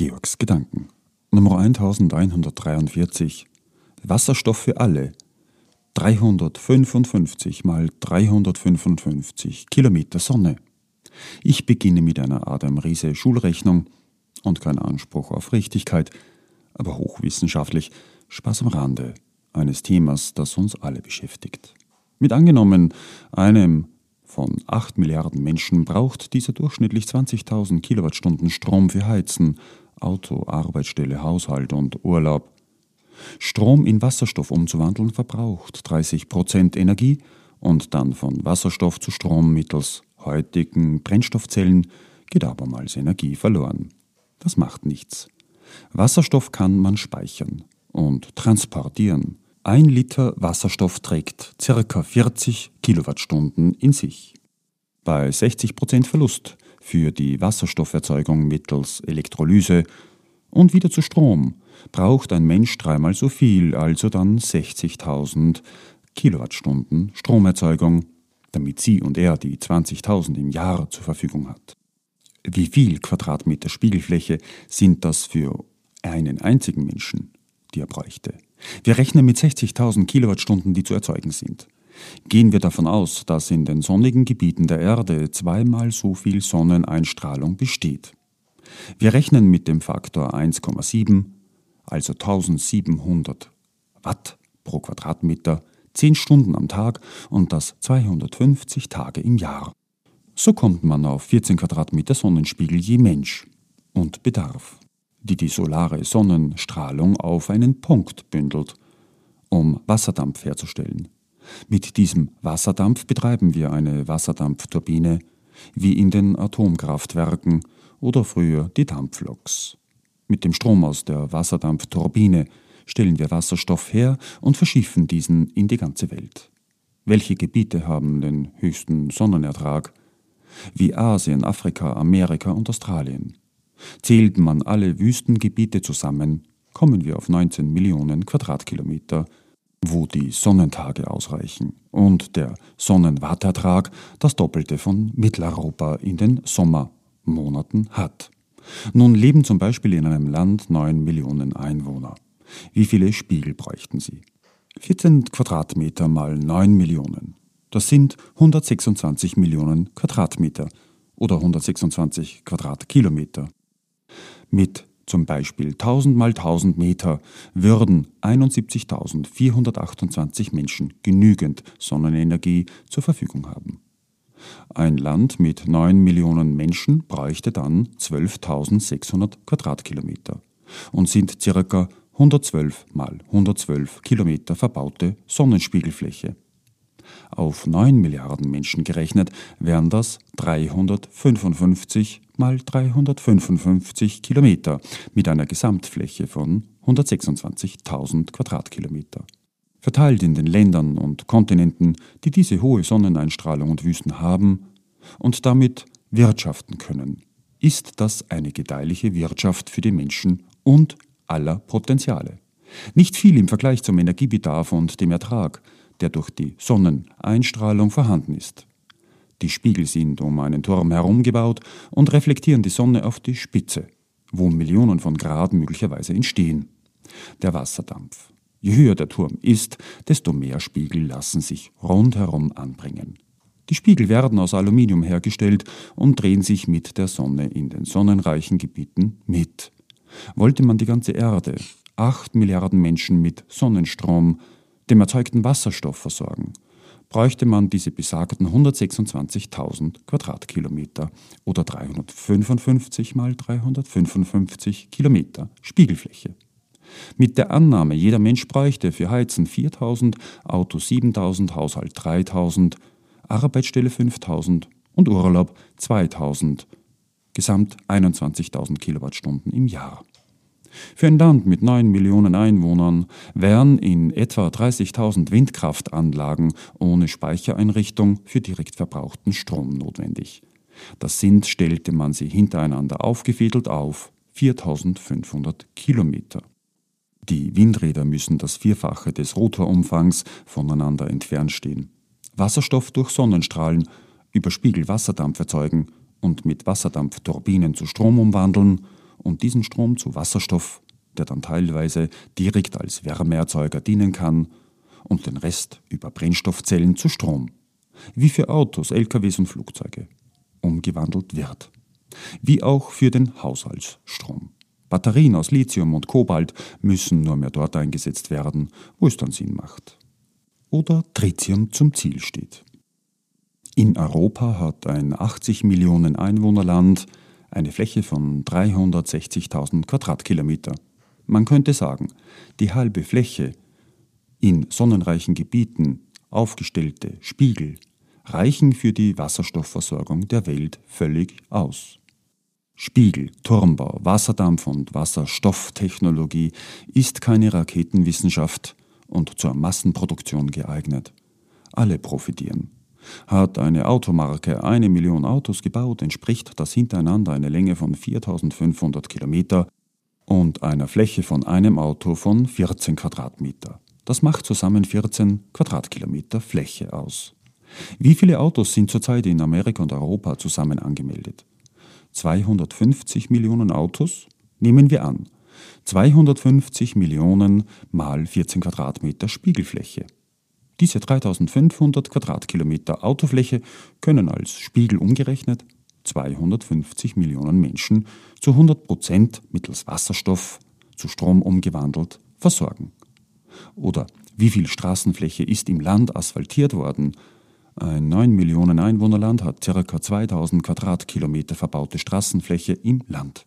Georgs Gedanken. Nummer 1143. Wasserstoff für alle. 355 mal 355 Kilometer Sonne. Ich beginne mit einer Adam Riese Schulrechnung und kein Anspruch auf Richtigkeit, aber hochwissenschaftlich, Spaß am Rande eines Themas, das uns alle beschäftigt. Mit angenommen, einem von 8 Milliarden Menschen braucht dieser durchschnittlich 20.000 Kilowattstunden Strom für Heizen, Auto, Arbeitsstelle, Haushalt und Urlaub. Strom in Wasserstoff umzuwandeln verbraucht 30% Energie und dann von Wasserstoff zu Strom mittels heutigen Brennstoffzellen geht abermals Energie verloren. Das macht nichts. Wasserstoff kann man speichern und transportieren. 1 Liter Wasserstoff trägt ca. 40 Kilowattstunden in sich. Bei 60% Verlust für die Wasserstofferzeugung mittels Elektrolyse und wieder zu Strom braucht ein Mensch 3-mal so viel, also dann 60.000 Kilowattstunden Stromerzeugung, damit sie und er die 20.000 im Jahr zur Verfügung hat. Wie viel Quadratmeter Spiegelfläche sind das für einen einzigen Menschen, die er bräuchte? Wir rechnen mit 60.000 Kilowattstunden, die zu erzeugen sind. Gehen wir davon aus, dass in den sonnigen Gebieten der Erde 2-mal so viel Sonneneinstrahlung besteht. Wir rechnen mit dem Faktor 1,7, also 1700 Watt pro Quadratmeter, 10 Stunden am Tag und das 250 Tage im Jahr. So kommt man auf 14 Quadratmeter Sonnenspiegel je Mensch und Bedarf, die solare Sonnenstrahlung auf einen Punkt bündelt, um Wasserdampf herzustellen. Mit diesem Wasserdampf betreiben wir eine Wasserdampfturbine, wie in den Atomkraftwerken oder früher die Dampfloks. Mit dem Strom aus der Wasserdampfturbine stellen wir Wasserstoff her und verschiffen diesen in die ganze Welt. Welche Gebiete haben den höchsten Sonnenertrag? Wie Asien, Afrika, Amerika und Australien. Zählt man alle Wüstengebiete zusammen, kommen wir auf 19 Millionen Quadratkilometer, wo die Sonnentage ausreichen und der Sonnenwattertrag das Doppelte von Mitteleuropa in den Sommermonaten hat. Nun leben zum Beispiel in einem Land 9 Millionen Einwohner. Wie viele Spiegel bräuchten sie? 14 Quadratmeter mal 9 Millionen. Das sind 126 Millionen Quadratmeter oder 126 Quadratkilometer. Mit zum Beispiel 1000 mal 1000 Meter würden 71.428 Menschen genügend Sonnenenergie zur Verfügung haben. Ein Land mit 9 Millionen Menschen bräuchte dann 12.600 Quadratkilometer und sind ca. 112 mal 112 Kilometer verbaute Sonnenspiegelfläche. Auf 9 Milliarden Menschen gerechnet wären das 355 mal 355 Kilometer mit einer Gesamtfläche von 126.000 Quadratkilometer. Verteilt in den Ländern und Kontinenten, die diese hohe Sonneneinstrahlung und Wüsten haben und damit wirtschaften können, ist das eine gedeihliche Wirtschaft für die Menschen und aller Potenziale. Nicht viel im Vergleich zum Energiebedarf und dem Ertrag, der durch die Sonneneinstrahlung vorhanden ist. Die Spiegel sind um einen Turm herum gebaut und reflektieren die Sonne auf die Spitze, wo Millionen von Grad möglicherweise entstehen. Der Wasserdampf. Je höher der Turm ist, desto mehr Spiegel lassen sich rundherum anbringen. Die Spiegel werden aus Aluminium hergestellt und drehen sich mit der Sonne in den sonnenreichen Gebieten mit. Wollte man die ganze Erde, 8 Milliarden Menschen mit Sonnenstrom, dem erzeugten Wasserstoff versorgen, bräuchte man diese besagten 126.000 Quadratkilometer oder 355 mal 355 Kilometer Spiegelfläche. Mit der Annahme, jeder Mensch bräuchte für Heizen 4.000, Auto 7.000, Haushalt 3.000, Arbeitsstelle 5.000 und Urlaub 2.000, gesamt 21.000 Kilowattstunden im Jahr. Für ein Land mit 9 Millionen Einwohnern wären in etwa 30.000 Windkraftanlagen ohne Speichereinrichtung für direkt verbrauchten Strom notwendig. Das sind, stellte man sie hintereinander aufgefädelt auf, 4.500 Kilometer. Die Windräder müssen das Vierfache des Rotorumfangs voneinander entfernt stehen. Wasserstoff durch Sonnenstrahlen über Spiegelwasserdampf erzeugen und mit Wasserdampfturbinen zu Strom umwandeln und diesen Strom zu Wasserstoff, der dann teilweise direkt als Wärmeerzeuger dienen kann, und den Rest über Brennstoffzellen zu Strom, wie für Autos, LKWs und Flugzeuge, umgewandelt wird. Wie auch für den Haushaltsstrom. Batterien aus Lithium und Kobalt müssen nur mehr dort eingesetzt werden, wo es dann Sinn macht. Oder Tritium zum Ziel steht. In Europa hat ein 80 Millionen Einwohnerland eine Fläche von 360.000 Quadratkilometer. Man könnte sagen, die halbe Fläche in sonnenreichen Gebieten aufgestellte Spiegel reichen für die Wasserstoffversorgung der Welt völlig aus. Spiegel, Turmbau, Wasserdampf und Wasserstofftechnologie ist keine Raketenwissenschaft und zur Massenproduktion geeignet. Alle profitieren. Hat eine Automarke 1 Million Autos gebaut, entspricht das hintereinander eine Länge von 4.500 Kilometer und einer Fläche von einem Auto von 14 Quadratmeter. Das macht zusammen 14 Quadratkilometer Fläche aus. Wie viele Autos sind zurzeit in Amerika und Europa zusammen angemeldet? 250 Millionen Autos? Nehmen wir an. 250 Millionen mal 14 Quadratmeter Spiegelfläche. Diese 3500 Quadratkilometer Autofläche können als Spiegel umgerechnet 250 Millionen Menschen zu 100% mittels Wasserstoff zu Strom umgewandelt versorgen. Oder wie viel Straßenfläche ist im Land asphaltiert worden? Ein 9 Millionen Einwohnerland hat ca. 2000 Quadratkilometer verbaute Straßenfläche im Land.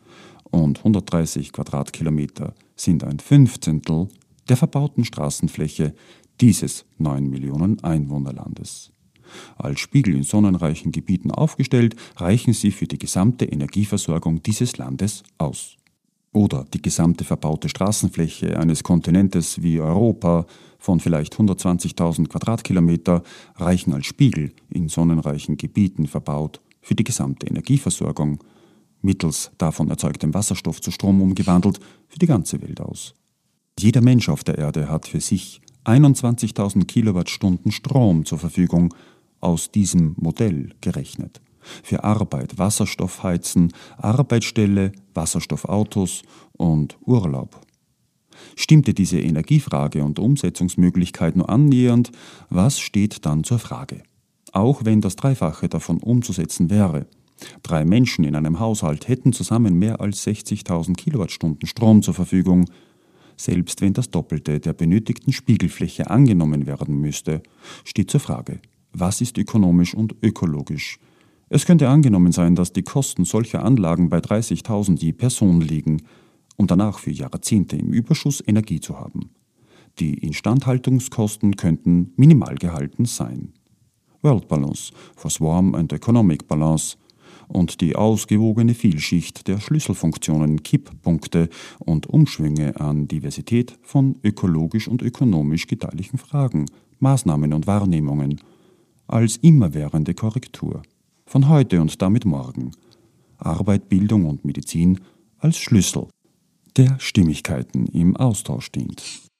Und 130 Quadratkilometer sind ein Fünfzehntel der verbauten Straßenfläche dieses 9 Millionen Einwohnerlandes. Als Spiegel in sonnenreichen Gebieten aufgestellt, reichen sie für die gesamte Energieversorgung dieses Landes aus. Oder die gesamte verbaute Straßenfläche eines Kontinentes wie Europa von vielleicht 120.000 Quadratkilometer reichen als Spiegel in sonnenreichen Gebieten verbaut für die gesamte Energieversorgung, mittels davon erzeugtem Wasserstoff zu Strom umgewandelt, für die ganze Welt aus. Jeder Mensch auf der Erde hat für sich 21.000 Kilowattstunden Strom zur Verfügung, aus diesem Modell gerechnet. Für Arbeit, Wasserstoff heizen, Arbeitsstelle, Wasserstoffautos und Urlaub. Stimmte diese Energiefrage und Umsetzungsmöglichkeit nur annähernd, was steht dann zur Frage? Auch wenn das Dreifache davon umzusetzen wäre. 3 Menschen in einem Haushalt hätten zusammen mehr als 60.000 Kilowattstunden Strom zur Verfügung. Selbst wenn das Doppelte der benötigten Spiegelfläche angenommen werden müsste, steht zur Frage, was ist ökonomisch und ökologisch? Es könnte angenommen sein, dass die Kosten solcher Anlagen bei 30.000 je Person liegen, um danach für Jahrzehnte im Überschuss Energie zu haben. Die Instandhaltungskosten könnten minimal gehalten sein. World Balance for Swarm and Economic Balance und die ausgewogene Vielschicht der Schlüsselfunktionen, Kipppunkte und Umschwünge an Diversität von ökologisch und ökonomisch gedeihlichen Fragen, Maßnahmen und Wahrnehmungen als immerwährende Korrektur. Von heute und damit morgen. Arbeit, Bildung und Medizin als Schlüssel, der Stimmigkeiten im Austausch dient.